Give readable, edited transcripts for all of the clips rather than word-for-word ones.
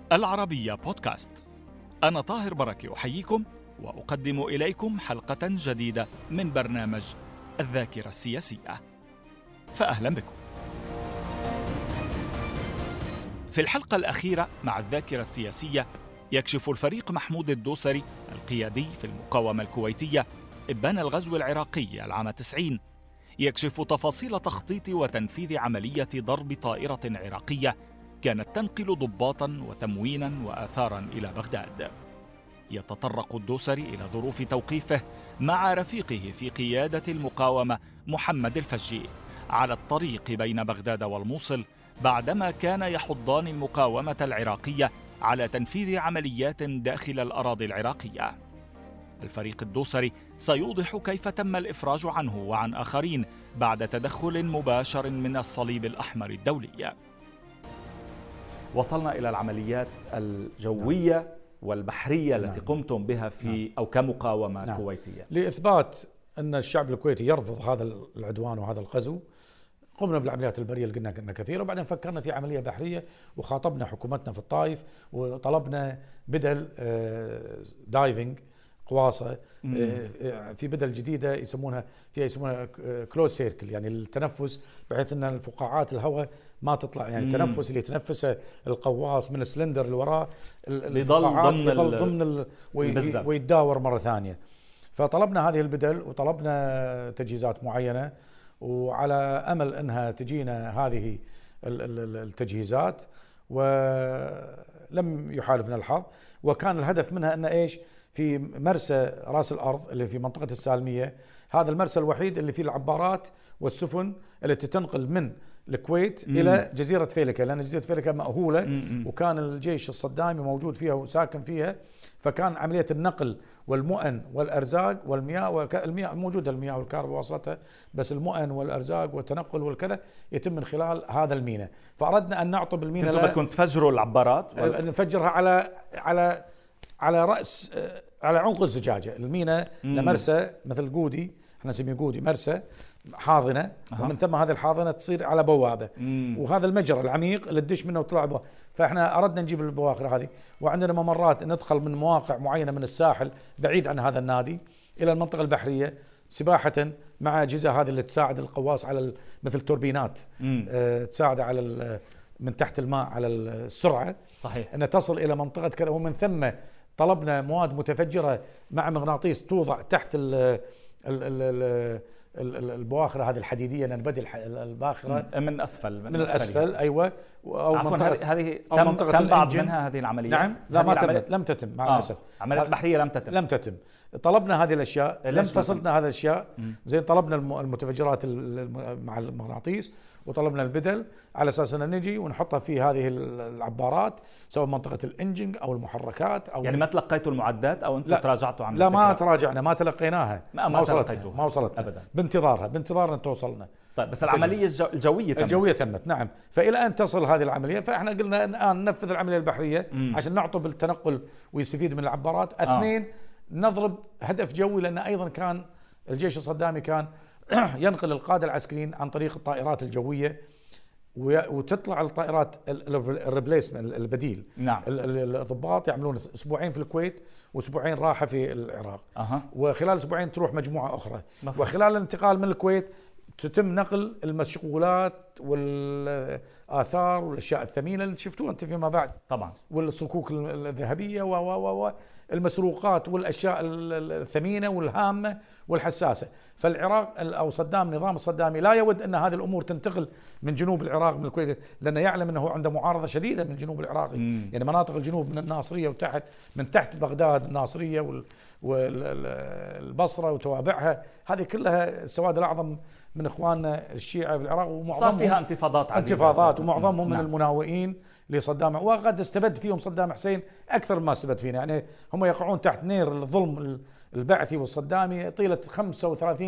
العربية بودكاست. أنا طاهر بركي أحييكم وأقدم إليكم حلقة جديدة من برنامج الذاكرة السياسية، فأهلا بكم. في الحلقة الأخيرة مع الذاكرة السياسية يكشف الفريق محمود الدوسري القيادي في المقاومة الكويتية إبان الغزو العراقي العام 90، يكشف تفاصيل تخطيط وتنفيذ عملية ضرب طائرة عراقية كانت تنقل ضباطا وتموينا وآثارا إلى بغداد. يتطرق الدوسري إلى ظروف توقيفه مع رفيقه في قيادة المقاومة محمد الفجي على الطريق بين بغداد والموصل، بعدما كان يحضان المقاومة العراقية على تنفيذ عمليات داخل الأراضي العراقية. الفريق الدوسري سيوضح كيف تم الإفراج عنه وعن آخرين بعد تدخل مباشر من الصليب الأحمر الدولي. وصلنا إلى العمليات الجوية والبحرية التي قمتم بها في أو كمقاومة كويتية لإثبات أن الشعب الكويتي يرفض هذا العدوان وهذا الغزو. قمنا بالعمليات البرية اللي قلنا أنها كثيرة، وبعدين فكرنا في عملية بحرية وخاطبنا حكومتنا في الطائف وطلبنا بدل دايفنج قواصة في بدل جديدة يسمونها كلوز سيركل، يعني التنفس بحيث أن الفقاعات الهواء ما تطلع، يعني التنفس اللي يتنفسه القواص من السلندر اللي وراه يظل ضمن ويتداور مرة ثانية. فطلبنا هذه البدل وطلبنا تجهيزات معينة، وعلى أمل أنها تجينا هذه التجهيزات، ولم يحالفنا الحظ. وكان الهدف منها أن إيش؟ في مرسى راس الأرض اللي في منطقة السالمية، هذا المرسى الوحيد اللي فيه العبارات والسفن التي تنقل من الكويت إلى جزيرة فيلكا، لأن جزيرة فيلكا مأهولة وكان الجيش الصدامي موجود فيها وساكن فيها، فكان عملية النقل والمؤن والأرزاق والمياه المياه موجودة، المياه والكهرباء وصلتها، بس المؤن والأرزاق والتنقل والكذا يتم من خلال هذا الميناء. فأردنا أن نعطب الميناء. كنتم بدكم تفجروا العبارات؟ نفجرها على رأس، على عنق الزجاجة. الميناء لمرسى مثل قودي، احنا نسميه قودي، مرسى حاضنة، ومن ثم هذه الحاضنة تصير على بوابة، وهذا المجرى العميق اللي تدش منه وتطلع بوابة. فاحنا أردنا نجيب البواخر هذه، وعندنا ممرات ندخل من مواقع معينة من الساحل بعيد عن هذا النادي إلى المنطقة البحرية سباحة، مع أجهزة هذه اللي تساعد القواص على مثل توربينات تساعد على من تحت الماء على السرعة، صحيح، أن تصل إلى منطقة كذا. ومن ثم طلبنا مواد متفجرة مع مغناطيس توضع تحت البواخر هذه الحديدية، لأن بدي الباخرة من الأسفل أيوة. أو هذه تم بعض منها هذه العملية. نعم، لا ما تمت، لم تتم مع الأسف. عمليات بحرية لم تتم. طلبنا هذه الأشياء، لم تصلنا هذه الأشياء. زين، طلبنا المتفجرات مع المغناطيس، وطلبنا البدل على أساس أن نجي ونحطها في هذه العبارات، سواء منطقة الإنجن أو المحركات أو يعني ما تلقيتوا المعدات أو أنتم تراجعتوا عن لا الفكرة. ما تراجعنا، ما تلقيناها، ما وصلتنا أبدا، بانتظارها أن توصلنا. طيب، بس العملية الجوية تمت. نعم. فإلى أن تصل هذه العملية، فإحنا قلنا الآن ننفذ العملية البحرية عشان نعطب التنقل ويستفيد من العبارات. اثنين، نضرب هدف جوي، لأن أيضا كان الجيش الصدامي كان ينقل القادة العسكريين عن طريق الطائرات الجوية، وتطلع الطائرات الريبليسمنت البديل. نعم. الضباط يعملون أسبوعين في الكويت وأسبوعين راحة في العراق، وخلال أسبوعين تروح مجموعة أخرى. وخلال الانتقال من الكويت تتم نقل المشغولات والآثار والأشياء الثمينة اللي شفتوها أنت فيما بعد طبعا، والصكوك الذهبية والمسروقات والأشياء الثمينة والهامة والحساسة. فالعراق أو صدام، نظام الصدامي لا يود أن هذه الأمور تنتقل من جنوب العراق من الكويت، لأنه يعلم أنه عنده معارضة شديدة من الجنوب العراقي. يعني مناطق الجنوب من الناصرية وتحت، من تحت بغداد الناصرية والبصرة وتوابعها، هذه كلها السواد الأعظم من إخواننا الشيعة في العراق، ومعظمهم فيها انتفاضات ومعظمهم من المناوئين لصدام، وقد استبد فيهم صدام حسين أكثر ما استبد فينا. يعني هم يقعون تحت نير الظلم البعثي والصدامي طيلة 35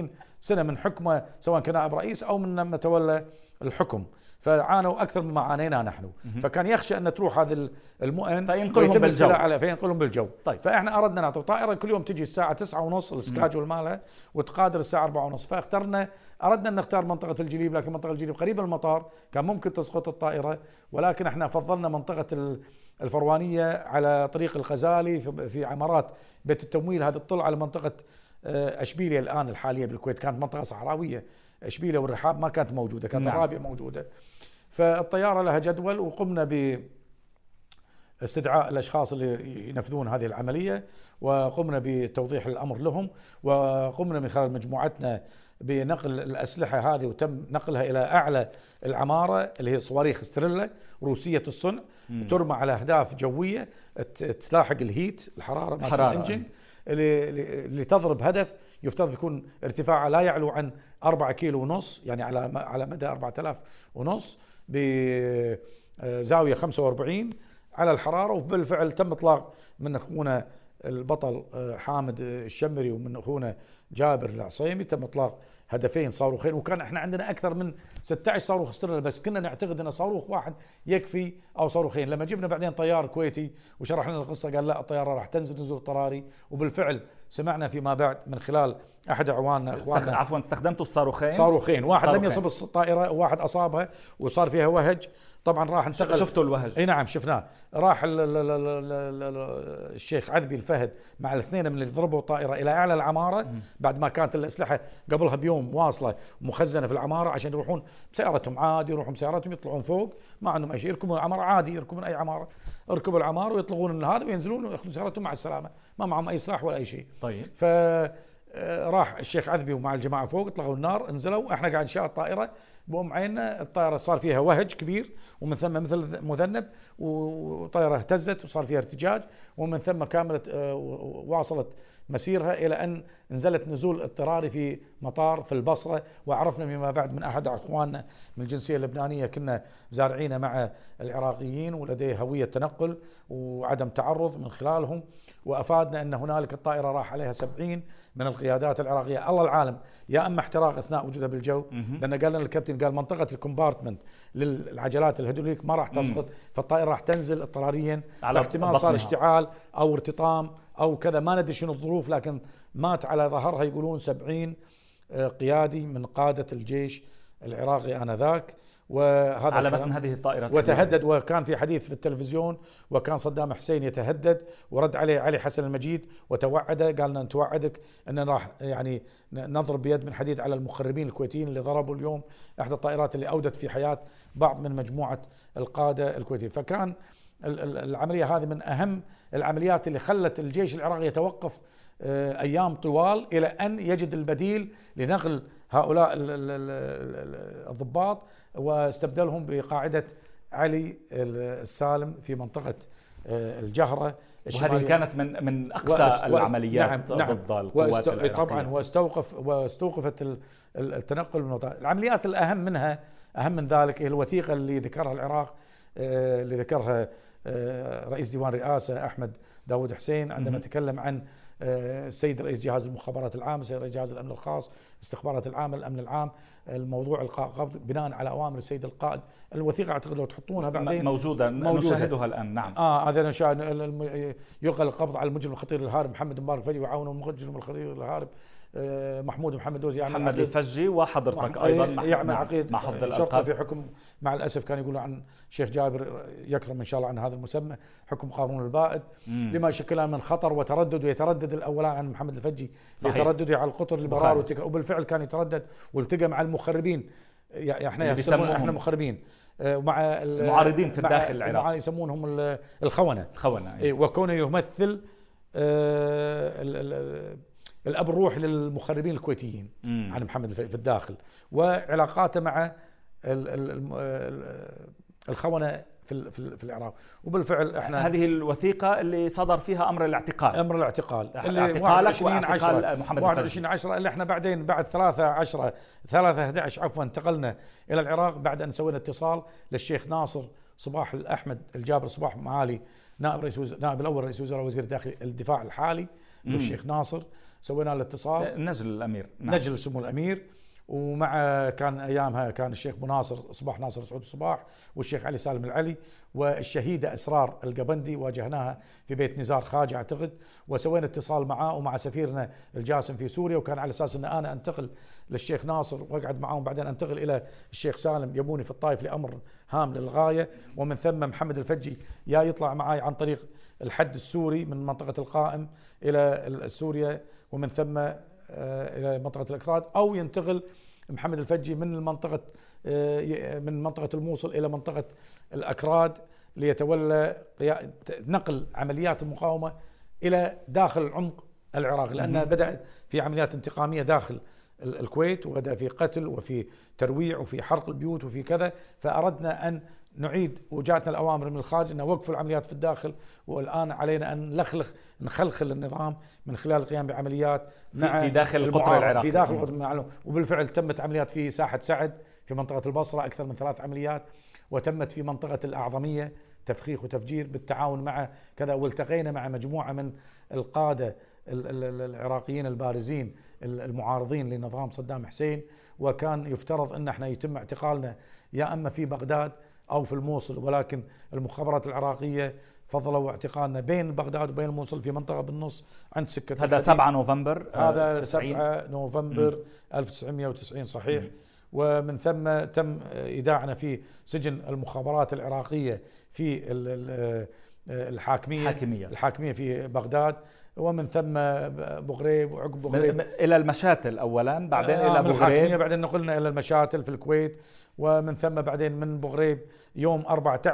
سنة من حكمه سواء كنائب رئيس أو من لما تولى الحكم، فعانوا أكثر مما عانينا نحن. فكان يخشى أن تروح هذا المؤن فينقلهم بالجو. فينقلهم بالجو. طيب. فإحنا أردنا نعطي طائرة كل يوم تجي الساعة 9:30 السكاجول مالها وتقادر الساعة 4:30. أردنا أن نختار منطقة الجليب، لكن منطقة الجليب قريبة من المطار كان ممكن تسقط الطائرة، ولكن احنا فضلنا منطقة الفروانية على طريق الغزالي في عمارات بيت التمويل. هذا تطل على منطقة أشبيلية الآن الحالية بالكويت، كانت منطقة صحراوية. أشبيلية والرحاب ما كانت موجودة، كانت الرابعة موجودة. فالطيارة لها جدول، وقمنا باستدعاء الأشخاص اللي ينفذون هذه العملية، وقمنا بتوضيح الأمر لهم، وقمنا من خلال مجموعتنا بنقل الأسلحة هذه، وتم نقلها إلى أعلى العمارة اللي هي صواريخ ستريلا روسية الصنع، ترمى على أهداف جوية تلاحق الهيت الحرارة مال الإنجن اللي تضرب هدف يفترض يكون ارتفاعه لا يعلو عن 4.5 كيلو، يعني على مدى 4,500 بزاوية 45 على الحرارة. وبالفعل تم إطلاق من أخونا البطل حامد الشمري ومن أخونا جابر العصيمي، تم إطلاق هدفين صاروخين. وكان احنا عندنا أكثر من 16 صاروخ ستريلا، بس كنا نعتقد أن صاروخ واحد يكفي أو صاروخين. لما جبنا بعدين طيار كويتي وشرح لنا القصة قال لا، الطيارة راح تنزل نزول اضطراري. وبالفعل سمعنا فيما بعد من خلال أحد أعواننا إخواننا عفوا استخدمتوا الصاروخين؟ صاروخين، واحد لم يصب الطائرة وواحد أصابها وصار فيها وهج. طبعا راح انتقل. شفتوا الوهج؟ اي نعم شفناه. راح الشيخ عذبي الفهد مع الاثنين من اللي ضربوا الطائرة إلى أعلى العمارة بعد ما كانت الأسلحة قبلها بيوم واصلة ومخزنة في العمارة، عشان يروحون بسيارتهم عادي، يروحون بسيارتهم يطلعون فوق ما عندهم أي شيء، يركبون العمارة عادي، يركبون أي عمارة، يركبوا العمارة ويطلقون من هذا وينزلون ويأخذون سيارتهم مع السلامة، ما معهم أي سلاح ولا أي شيء. طيب. راح الشيخ عذبي ومع الجماعة فوق، اطلقوا النار، نزلوا، احنا قاعد نشاهد الطائرة بأم عيننا. الطائرة صار فيها وهج كبير، ومن ثم مثل مذنب، وطائرة اهتزت وصار فيها ارتجاج، ومن ثم كاملت واصلت مسيرها إلى أن نزلت نزول اضطراري في مطار في البصرة. وعرفنا فيما بعد من أحد أخواننا من الجنسية اللبنانية، كنا زارعين مع العراقيين ولديه هوية تنقل وعدم تعرض من خلالهم، وأفادنا أن هنالك الطائرة راح عليها 70 من القيادات العراقية. الله العالم يا أما احتراق أثناء وجودها بالجو، لأن قال لنا الكابتن قال منطقة الكومبارتمنت للعجلات الهيدروليك ما راح تسقط، فالطائرة راح تنزل اضطراريا، فاحتمال صار اشتعال أو ارتطام أو كذا، ما ندري شنو الظروف، لكن مات على ظهرها يقولون 70 قيادي من قادة الجيش العراقي آنذاك. وهذا على متن هذه الطائرة وتهدد، وكان في حديث في التلفزيون، وكان صدام حسين يتهدد، ورد عليه علي حسن المجيد وتوعده، قال لنا نتوعدك أن راح يعني نضرب بيد من حديد على المخربين الكويتيين اللي ضربوا اليوم إحدى الطائرات اللي أودت في حياة بعض من مجموعة القادة الكويتيين. فكان العملية هذه من أهم العمليات اللي خلت الجيش العراقي يتوقف أيام طوال إلى أن يجد البديل لنقل هؤلاء الضباط واستبدلهم بقاعدة علي السالم في منطقة الجهرة الشمالية. وهذه كانت من أقصى العمليات ضد القوات العراقية. طبعا واستوقفت التنقل من العمليات. الأهم منها، أهم من ذلك، هي الوثيقة اللي ذكرها العراق، اللي ذكرها رئيس ديوان رئاسة أحمد داود حسين عندما تكلم عن السيد رئيس جهاز المخابرات العامة، السيد رئيس جهاز الأمن الخاص، استخبارات العامة، الأمن العام، الموضوع القبض بناء على أوامر السيد القائد. الوثيقة أعتقد لو تحطونها بعدين موجودة نشاهدها الآن. نعم. هذا يلقى القبض على المجرم الخطير الهارب محمد مبارك فجي، وعاونه المجرم الخطير الهارب محمود محمد دوزي، محمد الفجي، وحضرتك أيضا يعمل عقيد مع حفظ الشرطة في حكم. مع الأسف كان يقولوا عن شيخ جابر يكرم إن شاء الله عن هذا المسمى، حكم قانون البائد لما شكل من خطر وتردد. ويتردد الأول عن محمد الفجي لتردده على القطر البرار، وبالفعل كان يتردد والتقى مع المخربين. احنا مخربين مع المعارضين في الداخل العراقي، يسمونهم الخونة. وكونه يمثل الأب الروحي للمخربين الكويتيين عن محمد في الداخل، وعلاقاته مع الخونة في العراق. وبالفعل احنا هذه الوثيقة اللي صدر فيها أمر الاعتقال اللي 21/10 اللي احنا بعدين بعد 3/11 عفوا انتقلنا إلى العراق بعد أن سوينا اتصال للشيخ ناصر صباح الأحمد الجابر صباح معالي نائب الأول رئيس وزراء وزير الداخلي الدفاع الحالي، الشيخ ناصر سوينا الاتصال. نجل الامير، نجل سمو الامير، ومع كان ايامها كان الشيخ ابو ناصر صباح، ناصر سعود الصباح، والشيخ علي سالم العلي، والشهيده اسرار القبندي، واجهناها في بيت نزار خاجه اعتقد، وسوينا اتصال معاه ومع سفيرنا الجاسم في سوريا، وكان على اساس ان انا انتقل للشيخ ناصر واقعد معاهم، بعدين انتقل الى الشيخ سالم يبوني في الطائف لامر هام للغايه، ومن ثم محمد الفجي يا يطلع معي عن طريق الحد السوري من منطقه القائم الى سوريا، ومن ثم الى منطقه الاكراد، او ينتقل محمد الفجي من منطقه الموصل الى منطقه الاكراد ليتولى نقل عمليات المقاومه الى داخل عمق العراق، لانها بدات في عمليات انتقاميه داخل الكويت، وبدا في قتل وفي ترويع وفي حرق البيوت وفي كذا، فاردنا ان نعيد، وجاتنا الاوامر من الخارج ان وقفوا العمليات في الداخل، والان علينا ان نخلخل النظام من خلال القيام بعمليات في داخل القطر العراقي. في داخل القطر، وبالفعل تمت عمليات في ساحه سعد في منطقه البصره اكثر من 3 عمليات، وتمت في منطقه الاعظميه تفخيخ وتفجير بالتعاون مع كذا، والتقينا مع مجموعه من القاده العراقيين البارزين المعارضين لنظام صدام حسين، وكان يفترض ان احنا يتم اعتقالنا يا اما في بغداد او في الموصل، ولكن المخابرات العراقيه فضلوا اعتقالنا بين بغداد وبين الموصل في منطقه بالنص عند سكه. هذا 7 نوفمبر، هذا 7 نوفمبر 1990 صحيح. ومن ثم تم ايداعنا في سجن المخابرات العراقيه في الحاكميه في بغداد، ومن ثم بغريب، وعقب بغريب الى المشاتل اولا، بعدين الى بغريب، بعدين نقلنا الى المشاتل في الكويت، ومن ثم بعدين من بغريب يوم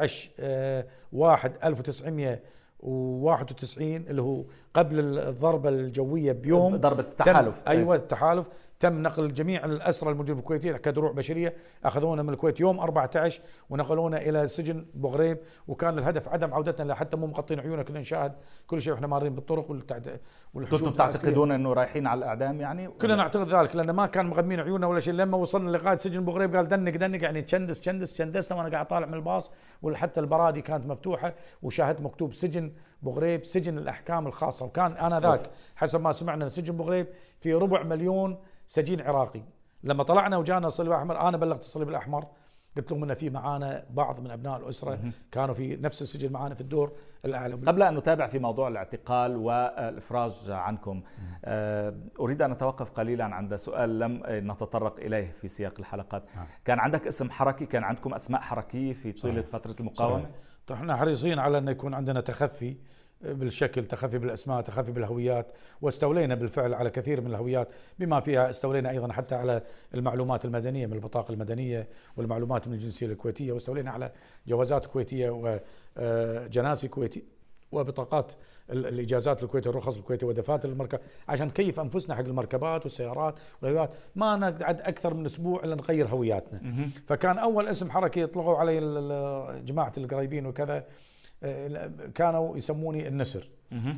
14/1/1991 اللي هو قبل الضربه الجويه بيوم، ضربه التحالف. ايوه التحالف، تم نقل جميع الاسرى الموجودين بالكويتيين كدروع بشريه، اخذونا من الكويت يوم 14 ونقلونا الى سجن بغريب، وكان الهدف عدم عودتنا، حتى مو مغطين عيوننا، كنا نشاهد كل شيء واحنا مارين بالطرق كنتم تعتقدون انه رايحين على الاعدام يعني؟ كنا نعتقد ذلك، لان ما كان مغمين عيوننا ولا شيء، لما وصلنا لقائد سجن بغريب قال دنق يعني تشندسنا، وانا قاعد طالع من الباص، وحتى البرادي كانت مفتوحه، وشاهدت مكتوب سجن بغريب سجن الاحكام الخاصه، وكان انا ذاك حسب ما سمعنا سجن بغريب في 250,000 سجين عراقي. لما طلعنا وجانا الصليب الاحمر، انا بلغت الصليب الاحمر، قلت لهم ان في معانا بعض من ابناء الاسره كانوا في نفس السجن معانا في الدور الاعلى. قبل ان نتابع في موضوع الاعتقال والافراج عنكم، اريد ان اتوقف قليلا عند سؤال لم نتطرق اليه في سياق الحلقات. كان عندك اسم حركي، كان عندكم اسماء حركيه في طيله فتره المقاومه؟ احنا حريصين على ان يكون عندنا تخفي بالشكل، تخفي بالاسماء، تخفي بالهويات، واستولينا بالفعل على كثير من الهويات، بما فيها استولينا ايضا حتى على المعلومات المدنيه من البطاقه المدنيه والمعلومات من الجنسيه الكويتيه، واستولينا على جوازات كويتيه وجناسي كويتي وبطاقات الاجازات الكويتيه، الرخص الكويتيه ودفاتر المركب، عشان نكيف انفسنا حق المركبات والسيارات والهويات، ما نقعد اكثر من اسبوع الا نغير هوياتنا. فكان اول اسم حركي يطلقوا علي جماعه القريبين وكذا، كانوا يسموني النسر.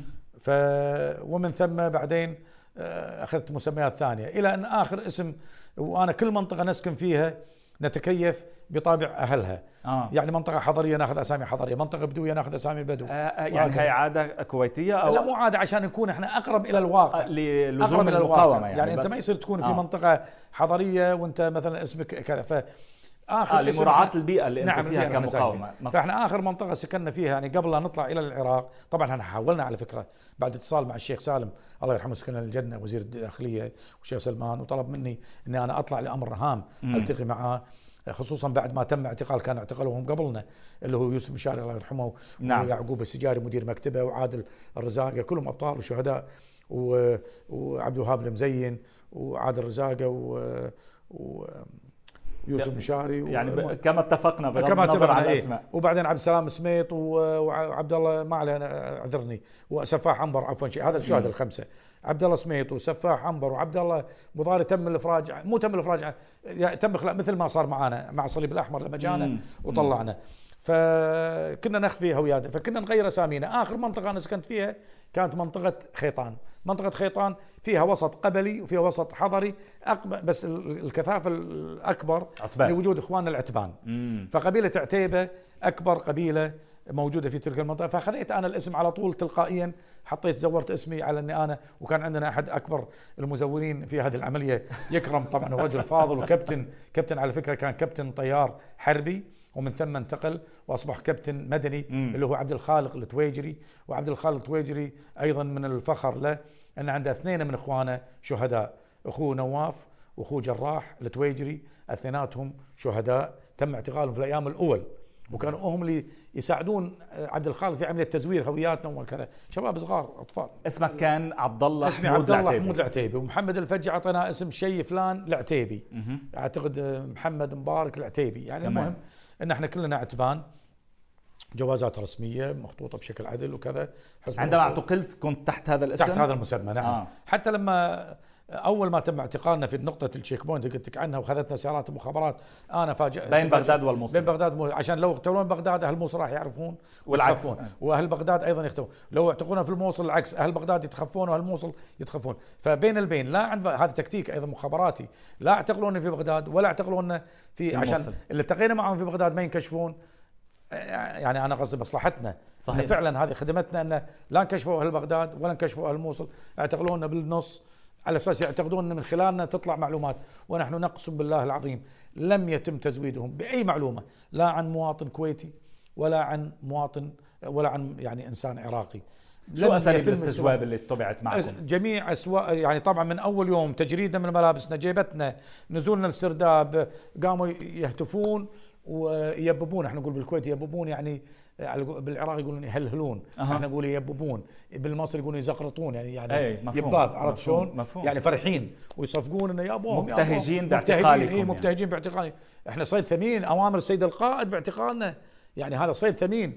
ومن ثم بعدين اخذت مسميات ثانيه، الى ان اخر اسم، وانا كل منطقه نسكن فيها نتكيف بطابع اهلها. يعني منطقه حضريه ناخذ اسامي حضريه، منطقه بدويه ناخذ اسامي بدو. يعني هي عاده كويتيه او لا، مو عاده، عشان نكون احنا اقرب الى الواقع، للزوم المقاومه يعني انت ما يصير تكون في منطقه حضريه وانت مثلا اسمك كذا، آخر لمراعاة البيئة اللي انت فيها كمقاومة. فاحنا آخر منطقة سكننا فيها يعني قبل لا نطلع إلى العراق، طبعا احنا حاولنا على فكرة بعد اتصال مع الشيخ سالم الله يرحمه سكن الجنة وزير الداخلية والشيخ سلمان، وطلب مني أني أنا أطلع لأمر هام ألتقي معاه، خصوصا بعد ما تم اعتقال، كان اعتقلوهم قبلنا اللي هو يوسف مشاري الله يرحمه، ويعقوب السجاري مدير مكتبه، وعادل الرزاقة، كلهم أبطال وشهداء، وعبد الوهاب المزين وعادل الرزاقة يوسف مشاري، يعني كما اتفقنا بغض النظر عن الاسماء. وبعدين عبد السلام سميط وعبد الله ما عليه اعذرني، وسفاح عنبر، عفوا شيء، هذا الشهداء الخمسه، عبد الله سميط وسفاح عنبر وعبد الله مضاري، تم الافراج، مو تم الافراج، تم مثل ما صار معنا مع الصليب الاحمر لما جانا وطلعنا. فكنا نخفي هوياتنا، فكنا نغير اسامينا. اخر منطقه انا سكنت فيها كانت منطقه خيطان. منطقه خيطان فيها وسط قبلي وفيها وسط حضري، بس الكثافه الاكبر لوجود اخواننا العتبان. فقبيله عتيبه اكبر قبيله موجوده في تلك المنطقه، فاخذت انا الاسم على طول تلقائيا، حطيت زورت اسمي على اني انا. وكان عندنا احد اكبر المزورين في هذه العمليه، يكرم طبعا، رجل فاضل وكابتن على فكره، كان كابتن طيار حربي ومن ثم انتقل واصبح كابتن مدني، اللي هو عبد الخالق التويجري. وعبد الخالق التويجري ايضا من الفخر له ان عنده اثنين من اخوانه شهداء، اخوه نواف واخوه جراح التويجري، اثنيناتهم شهداء تم اعتقالهم في الايام الاول، وكانوا هم اللي يساعدون عبد الخالق في عمليه تزوير هوياتنا وكذا، شباب صغار اطفال. اسمك كان عبد الله؟ اسمي عبد الله حمود العتيبي. ومحمد الفجي اعطينا اسم شي فلان العتيبي، اعتقد محمد مبارك العتيبي. يعني المهم ان احنا كلنا عتبان، جوازات رسميه مخطوطه بشكل عدل وكذا. عندما اعتقلت كنت تحت هذا الاسم؟ تحت هذا المسمى، نعم. حتى لما اول ما تم اعتقالنا في نقطه التشيك بوينت اللي قلت لك عنها، وخذتنا سيارات المخابرات، انا فاجأت بين بغداد والموصل. بين بغداد عشان لو اقتلون بغداد اهل الموصل راح يعرفون والعكس، واهل بغداد ايضا يختفون. لو اعتقلونا في الموصل العكس، اهل بغداد يتخفون واهل الموصل يتخفون. فبين البين لا عند هذا تكتيك ايضا مخابراتي، لا اعتقلوني في بغداد ولا اعتقلونا في عشان اللي التقينا معهم في بغداد ما ينكشفون. يعني انا قصدي مصلحتنا صحيح. فعلا هذه خدمتنا ان لا نكشفوا اهل بغداد ولا نكشفوا اهل الموصل، اعتقلونا بالنص على اساس يعتقدون ان من خلالنا تطلع معلومات، ونحن نقسم بالله العظيم لم يتم تزويدهم باي معلومه، لا عن مواطن كويتي ولا عن مواطن ولا عن يعني انسان عراقي. شو اساليب الاستجواب اللي اتبعت معكم؟ جميع يعني طبعا من اول يوم تجريدنا من ملابسنا، جيبتنا، نزولنا السرداب، قاموا يهتفون ويببون. احنا نقول بالكويت يببون، يعني بالعراق يقولون يهلهلون، احنا نقول يببون، بالمصري يقولون يزقرطون، يعني يباب، عرفت شلون؟ يعني فرحين ويصفقون انه يابوهم مبتهجين باعتقالكم. مبتهجين باعتقالي. احنا صيد ثمين، اوامر السيد القائد باعتقالنا، يعني هذا صيد ثمين.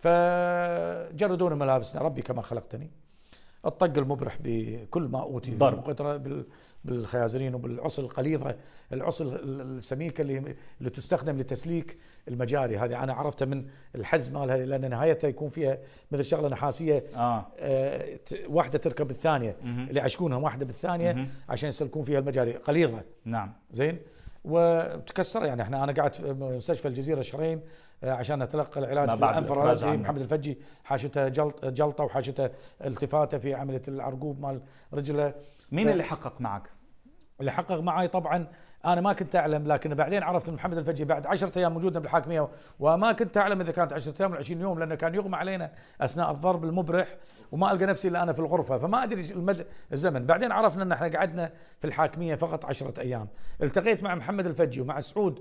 فجردون ملابسنا، ربي كما خلقتني. الطق المبرح بكل ما اوتي بالخيازرين وبالعصل القليظه، العصل السميكه اللي تستخدم لتسليك المجاري. هذه انا عرفتها من الحز مالها، لان نهايتها يكون فيها مثل شغله نحاسيه واحده تركب الثانيه، اللي يعشقونها واحده بالثانيه عشان يسلكون فيها المجاري، قليظه. نعم زين. وتكسر. يعني انا قعدت في مستشفى الجزيره شهرين عشان اتلقى العلاج في الانف الرئوي. محمد الفجي حاشته جلطه وحاشته التفاته في عمليه العرقوب مال رجله. مين اللي حقق معك؟ اللي حقق معي طبعا انا ما كنت اعلم، لكن بعدين عرفت ان محمد الفجي بعد 10 ايام موجودنا بالحاكميه، وما كنت اعلم اذا كانت 10 ايام ولا 20 يوم، لانه كان يغمى علينا اثناء الضرب المبرح، وما القى نفسي الا انا في الغرفه، فما ادري الزمن. بعدين عرفنا ان احنا قعدنا في الحاكميه فقط 10 ايام. التقيت مع محمد الفجي ومع سعود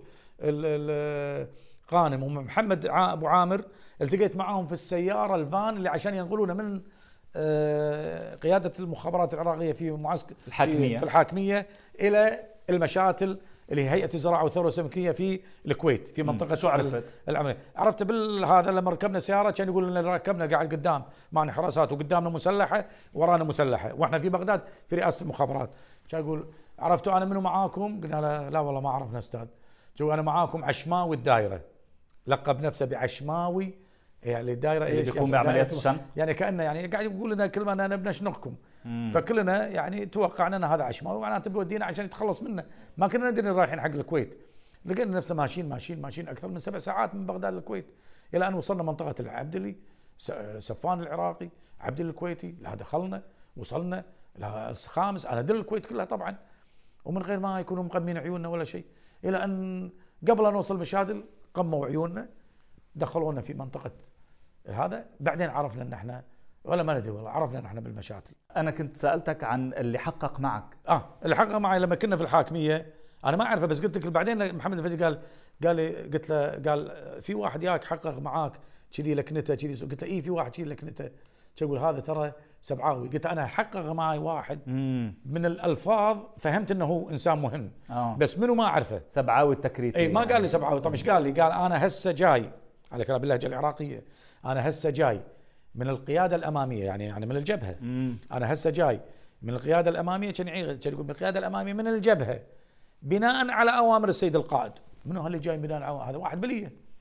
قانم ومحمد ابو عامر، التقيت معهم في السياره الفان اللي عشان ينقلونا من قيادة المخابرات العراقية في معسكر في الحاكمية إلى المشاتل اللي هي هيئة الزراعة والثورة السمكية في الكويت، في منطقة شو عرفت؟ العملية. عرفت بالهذا لما ركبنا السيارة كان يقول لنا ركبنا قاعد قدام معنا حراسات، وقدامنا مسلحة ورانا مسلحة، واحنا في بغداد في رئاسة المخابرات. كان يقول عرفتوا أنا منو معاكم؟ قلنا لا والله ما عرفنا أستاذ. شو أنا معاكم عشماوي الدائرة، لقب نفسه بعشماوي، يعني الدائره ايش يقوم بعمليات الشن، يعني كانه يعني قاعد يقول لنا كلمه انا بنشنقكم. فكلنا يعني توقعنا ان هذا عشماوي معناته بيودينا عشان يتخلص منا، ما كنا ندري رايحين حق الكويت. لقينا نفسنا ماشيين اكثر من 7 ساعات من بغداد للكويت، الى ان وصلنا منطقه العبدلي، سفان العراقي، عبدلي الكويتي. لا دخلنا وصلنا الخامس، انا دل الكويت كلها طبعا، ومن غير ما يكونوا مقمين عيوننا ولا شيء، الى ان قبل ان نوصل مشادل قموا عيوننا، دخلونا في منطقة هذا. بعدين عرفنا ان احنا ولا ما ندري والله، عرفنا ان احنا بالمشاتل. انا كنت سألتك عن اللي حقق معك. اللي حقق معي لما كنا في الحاكمية، انا ما اعرفه، بس قلت لك بعدين محمد الفجي قال لي، قلت له قال في واحد ياك حقق معاك كذي لكنته كذي، قلت له اي في واحد كذي لكنته، يقول هذا ترى سبعاوي. قلت انا حقق معي واحد من الالفاظ فهمت انه هو انسان مهم، بس منو ما اعرفه. سبعاوي التكريتي. اي ما قال لي سبعاوي. طب ايش قال لي؟ قال انا هسه جاي، على كلام باللهجه العراقيه، انا هسه جاي من القياده الاماميه، يعني من الجبهه. انا هسه جاي من القياده الاماميه، كان يقول من القياده الاماميه من الجبهه بناء على اوامر السيد القائد. منو اللي جاي بناء على هذا؟ واحد بليه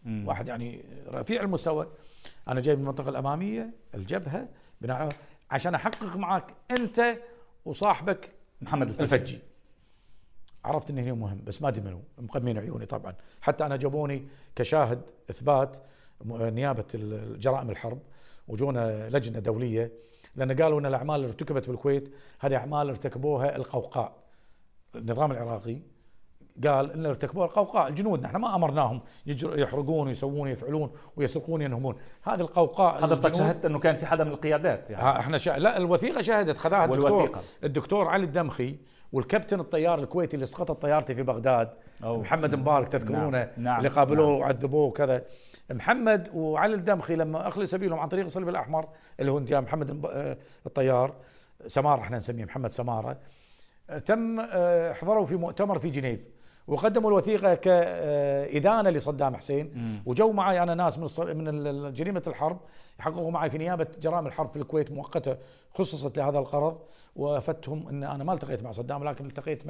واحد يعني رفيع المستوى. انا جاي من المنطقه الاماميه الجبهه بناء عشان احقق معك انت وصاحبك محمد الفجي. عرفت انه هي مهم بس ما ادري منو، مقدمين عيوني طبعا، حتى انا جابوني كشاهد اثبات نيابه جرائم الحرب، وجونا لجنه دوليه لان قالوا ان الاعمال اللي ارتكبت بالكويت هذه اعمال ارتكبوها القوقاء. النظام العراقي قال ان ارتكبوها القوقاء، الجنود، نحن ما امرناهم يحرقون ويسوون ويفعلون ويسرقون وينهبون، هذه القوقاء. حضرتك شهدت انه كان في حدا من القيادات يعني؟ احنا لا الوثيقه شهدت، خذاها الدكتور علي الدمخي والكابتن الطيار الكويتي اللي سقطت طيارته في بغداد، محمد مبارك تذكرونه. نعم. اللي قابلوه وعذبوه وكذا. محمد وعلي الدمخي لما اخلي سبيلهم عن طريق الصليب الاحمر اللي هو انت محمد الطيار سماره، احنا نسميه محمد سماره، تم حضروا في مؤتمر في جنيف وقدموا الوثيقه كإدانة لصدام حسين. وجو معي انا ناس من جريمه الحرب يحققوا معي في نيابه جرائم الحرب في الكويت مؤقته خصصت لهذا الغرض، وافتهم ان انا ما التقيت مع صدام، لكن التقيت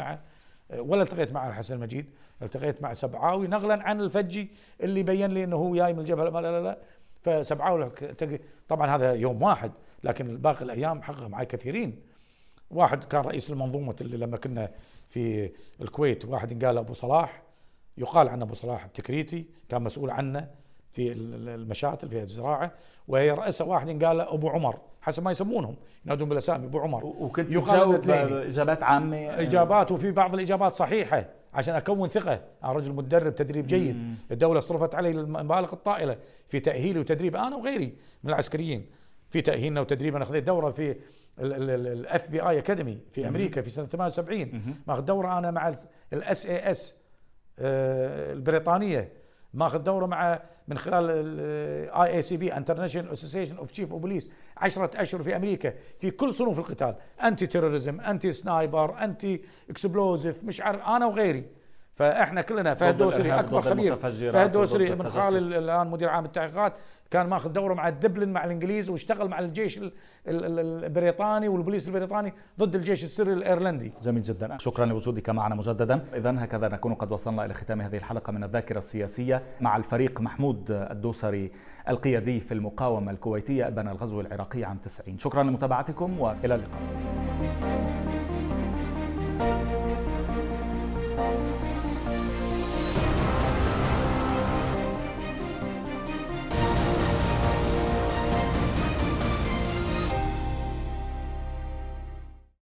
مع الحسن المجيد، التقيت مع سبعاوي نقلا عن الفجي اللي بين لي انه هو جاي من الجبهه. لا فسبعاوي طبعا هذا يوم واحد، لكن باقي الايام حقق معي كثيرين. واحد كان رئيس المنظومة اللي لما كنا في الكويت، واحد قال أبو صلاح، يقال عنه أبو صلاح التكريتي، كان مسؤول عنه في المشاتل في الزراعة، وهي رئيسة واحد قال أبو عمر، حسب ما يسمونهم ينادون بالأسامي أبو عمر. وكنت تجاوب إجابات عامة؟ إجابات، وفي بعض الإجابات صحيحة عشان أكون ثقة. أنا رجل مدرب تدريب جيد، الدولة صرفت علي المبالغ الطائلة في تأهيلي وتدريب أنا وغيري من العسكريين، في تأهيلنا وتدريب. أنا أخذت دورة في الاف بي اي اكاديمي في امريكا في سنه 78، ماخذ دوره انا مع الاس اي اس البريطانيه، ماخذ دوره من خلال الاي اي سي بي انترناشونال اسوسيشن اوف تشيف اوف بوليس 10 اشهر في امريكا في كل صنوف القتال، انتي تيروريزم، انتي سنايبر، انتي اكسبلوزيف، مش عارف انا وغيري. فاحنا كلنا، فهد دوسري اكبر خبير، فهد دوسري ابن خالد الان مدير عام التحقيقات، كان ماخذ دوره مع الدبلن مع الانجليز، واشتغل مع الجيش البريطاني والبوليس البريطاني ضد الجيش السري الايرلندي. جميل جدا، شكرا لوجودك معنا مجددا. اذا هكذا نكون قد وصلنا الى ختام هذه الحلقه من الذاكره السياسيه مع الفريق محمود الدوسري القيادي في المقاومه الكويتيه ابان الغزو العراقي عام 90. شكرا لمتابعتكم والى اللقاء.